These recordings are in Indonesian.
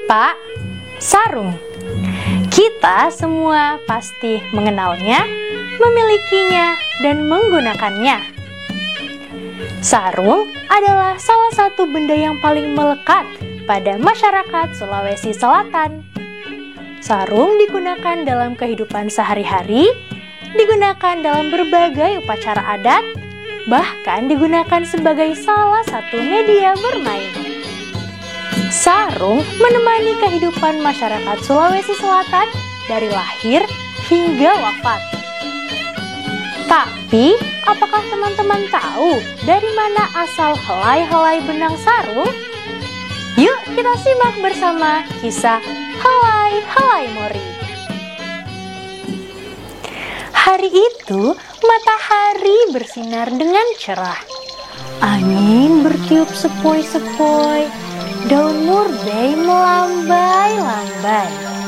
Pak, sarung. Kita semua pasti mengenalnya, memilikinya, dan menggunakannya. Sarung adalah salah satu benda yang paling melekat pada masyarakat Sulawesi Selatan. Sarung digunakan dalam kehidupan sehari-hari, digunakan dalam berbagai upacara adat, bahkan digunakan sebagai salah satu media bermain. Sarung menemani kehidupan masyarakat Sulawesi Selatan dari lahir hingga wafat. Tapi, apakah teman-teman tahu dari mana asal helai-helai benang sarung? Yuk kita simak bersama kisah helai-helai Mori. Hari itu, matahari bersinar dengan cerah. Angin bertiup sepoi-sepoi. Daun murbei melambai-lambai.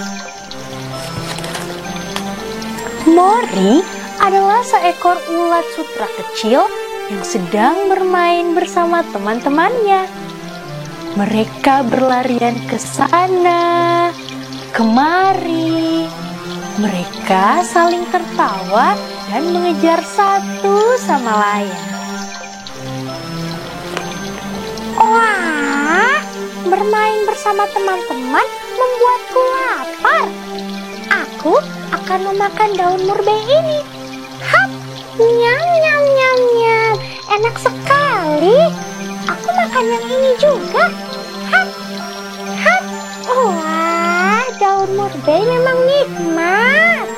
Mori adalah seekor ulat sutra kecil yang sedang bermain bersama teman-temannya. Mereka berlarian ke sana, kemari. Mereka saling tertawa dan mengejar satu sama lain. Wah, bermain bersama teman-teman membuatku lapar. Aku akan memakan daun murbei ini. Hap, nyam nyam nyam nyam, enak sekali. Aku makan yang ini juga. Hap, hap. Wah, daun murbei memang nikmat.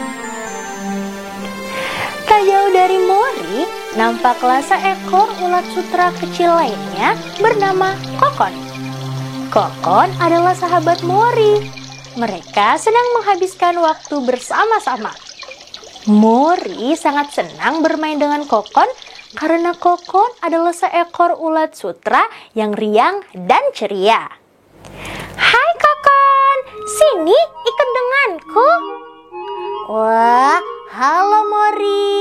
Tak jauh dari Mori, nampaklah seekor ulat sutra kecil lainnya bernama Kokon. Kokon adalah sahabat Mori. Mereka sedang menghabiskan waktu bersama-sama. Mori sangat senang bermain dengan Kokon karena Kokon adalah seekor ulat sutra yang riang dan ceria. Hai Kokon, sini ikut denganku. Wah, halo Mori.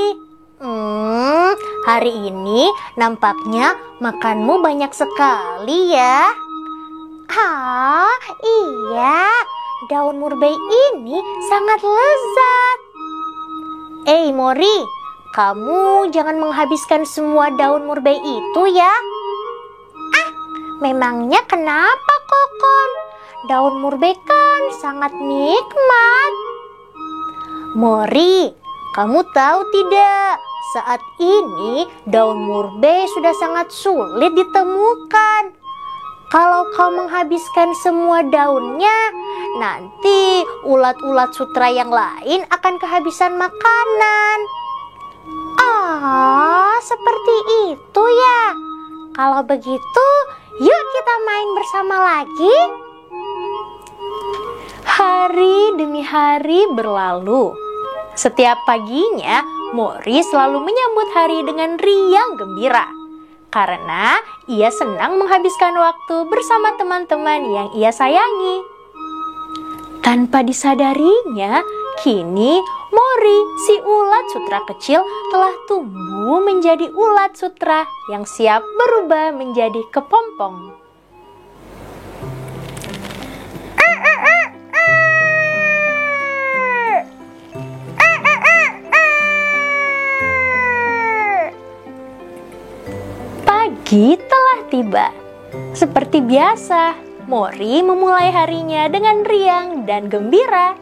Hari ini nampaknya makanmu banyak sekali ya. Ah, iya, daun murbei ini sangat lezat. Mori, kamu jangan menghabiskan semua daun murbei itu ya. Ah, memangnya kenapa Kokon? Daun murbei kan sangat nikmat. Mori, kamu tahu tidak? Saat ini daun murbei sudah sangat sulit ditemukan. Kalau kau menghabiskan semua daunnya, nanti ulat-ulat sutra yang lain akan kehabisan makanan. Ah, seperti itu ya. Kalau begitu, yuk kita main bersama lagi. Hari demi hari berlalu. Setiap paginya, Mori selalu menyambut hari dengan riang gembira. Karena ia senang menghabiskan waktu bersama teman-teman yang ia sayangi. Tanpa disadarinya, kini Mori, si ulat sutra kecil, telah tumbuh menjadi ulat sutra yang siap berubah menjadi kepompong. Pagi telah tiba. Seperti biasa, Mori memulai harinya dengan riang dan gembira.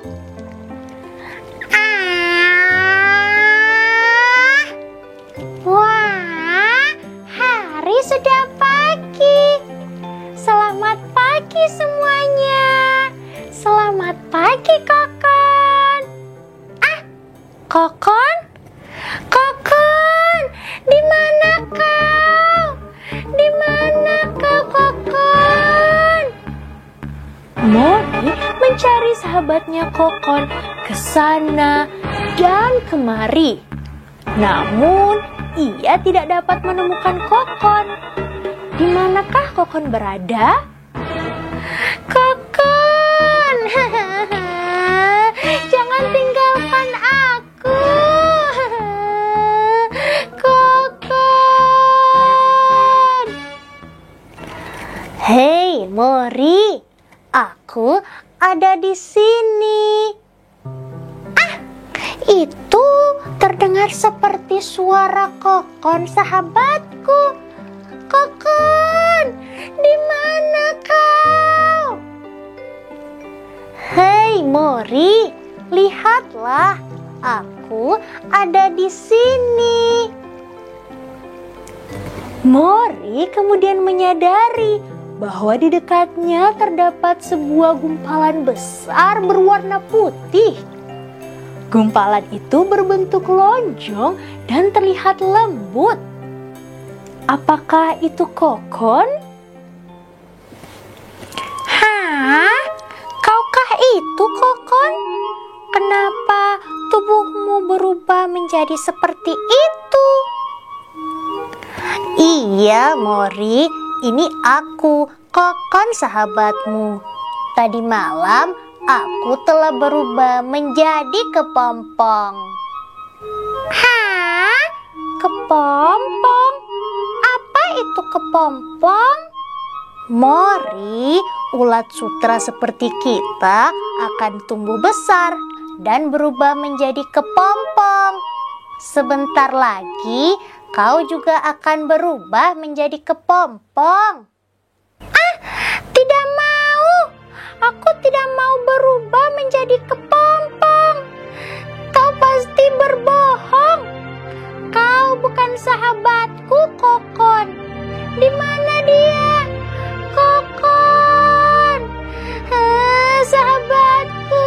Wah, hari sudah pagi. Selamat pagi semuanya. Selamat pagi, Kokon. Ah, Kokon? Kokon, di mana kau? Di mana kau, Kokon? Mori mencari sahabatnya Kokon ke sana dan kemari. Namun, ia tidak dapat menemukan Kokon. Di manakah Kokon berada? Kokon, jangan tinggalkan aku. Kokon. Hei, Mori, aku ada di sini. Itu terdengar seperti suara Kokon, sahabatku. Kokon, di mana kau? Hei Mori, lihatlah, aku ada di sini. Mori kemudian menyadari bahwa di dekatnya terdapat sebuah gumpalan besar berwarna putih. Gumpalan itu berbentuk lonjong dan terlihat lembut. Apakah itu Kokon? Hah? Kaukah itu Kokon? Kenapa tubuhmu berubah menjadi seperti itu? Iya, Mori, ini aku, Kokon sahabatmu. Tadi malam aku telah berubah menjadi kepompong. Hah? Kepompong? Apa itu kepompong? Mori, ulat sutra seperti kita akan tumbuh besar dan berubah menjadi kepompong. Sebentar lagi kau juga akan berubah menjadi kepompong. Tidak mau. Aku tidak mau berubah menjadi kepompong. Kau pasti berbohong. Kau bukan sahabatku, Kokon. Di mana dia? Kokon, sahabatku.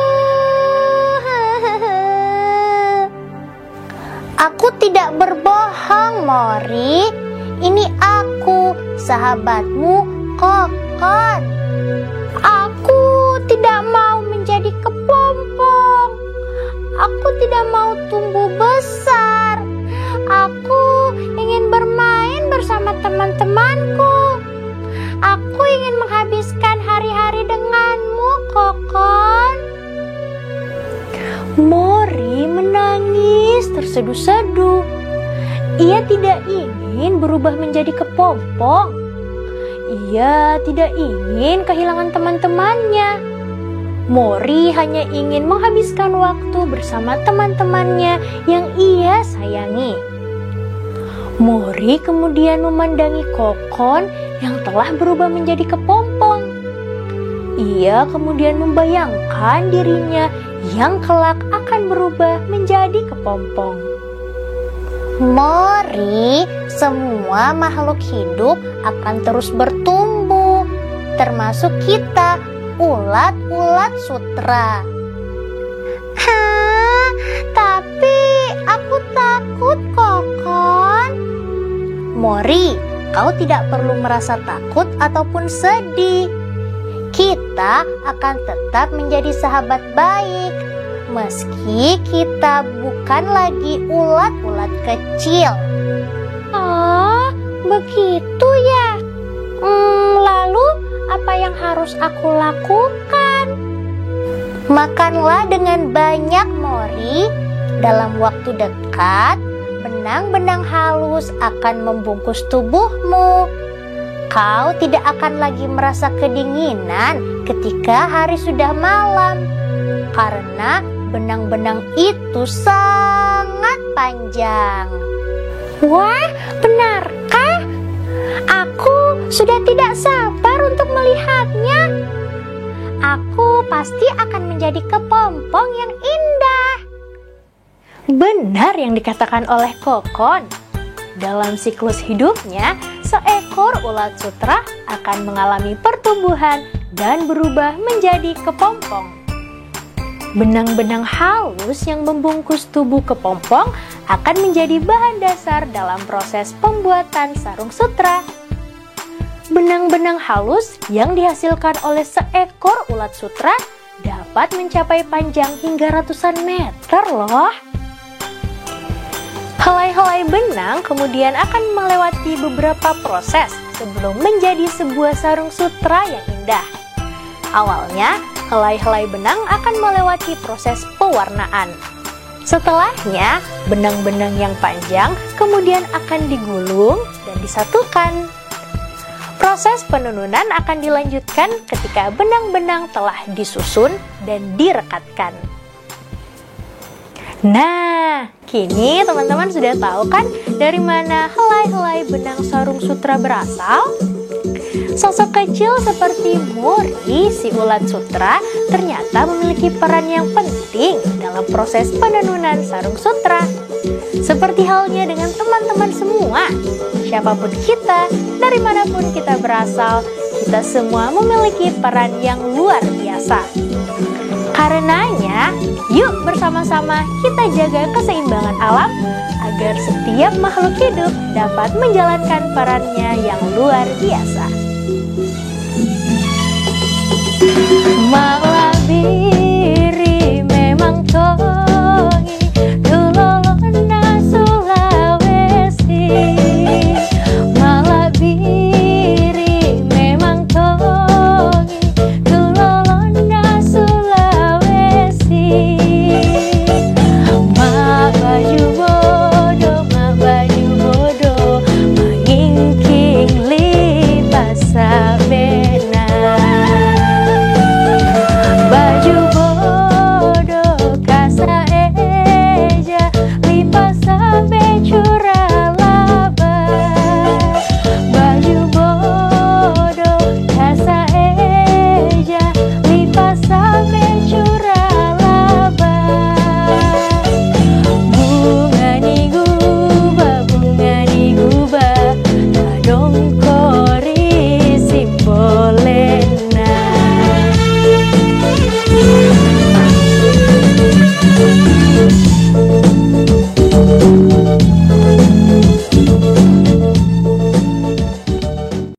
Aku tidak berbohong, Mori. Ini aku, sahabatmu, Kokon. Aku tidak mau menjadi kepompong. Aku tidak mau tumbuh besar. Aku ingin bermain bersama teman-temanku. Aku ingin menghabiskan hari-hari denganmu, Kokon. Mori menangis terseduh-seduh. Ia tidak ingin berubah menjadi kepompong. Ia tidak ingin kehilangan teman-temannya. Mori hanya ingin menghabiskan waktu bersama teman-temannya yang ia sayangi. Mori kemudian memandangi Kokon yang telah berubah menjadi kepompong. Ia kemudian membayangkan dirinya yang kelak akan berubah menjadi kepompong. Mori, semua makhluk hidup akan terus bertumbuh, termasuk kita, ulat-ulat sutra. Hah, tapi aku takut, Kokon. Mori, kau tidak perlu merasa takut ataupun sedih. Kita akan tetap menjadi sahabat baik, meski kita bukan lagi ulat-ulat kecil. Oh, begitu ya? Lalu apa yang harus aku lakukan? Makanlah dengan banyak, Mori. Dalam waktu dekat, benang-benang halus akan membungkus tubuhmu. Kau tidak akan lagi merasa kedinginan ketika hari sudah malam, karena benang-benang itu sangat panjang. Wah, benarkah? Aku sudah tidak sabar untuk melihatnya. Aku pasti akan menjadi kepompong yang indah. Benar yang dikatakan oleh Kokon. Dalam siklus hidupnya, seekor ulat sutra akan mengalami pertumbuhan dan berubah menjadi kepompong. Benang-benang halus yang membungkus tubuh kepompong akan menjadi bahan dasar dalam proses pembuatan sarung sutra. Benang-benang halus yang dihasilkan oleh seekor ulat sutra dapat mencapai panjang hingga ratusan meter loh. Helai-helai benang kemudian akan melewati beberapa proses sebelum menjadi sebuah sarung sutra yang indah. Awalnya, helai-helai benang akan melewati proses pewarnaan. Setelahnya, benang-benang yang panjang kemudian akan digulung dan disatukan. Proses penununan akan dilanjutkan ketika benang-benang telah disusun dan direkatkan. Nah, kini teman-teman sudah tahu kan dari mana helai-helai benang sarung sutra berasal? Sosok kecil seperti Mori, si ulat sutra, ternyata memiliki peran yang penting dalam proses penununan sarung sutra. Seperti halnya dengan teman-teman semua, siapapun kita, dari manapun kita berasal, kita semua memiliki peran yang luar biasa. Karenanya, yuk bersama-sama kita jaga keseimbangan alam agar setiap makhluk hidup dapat menjalankan perannya yang luar biasa. Malabiri memang toh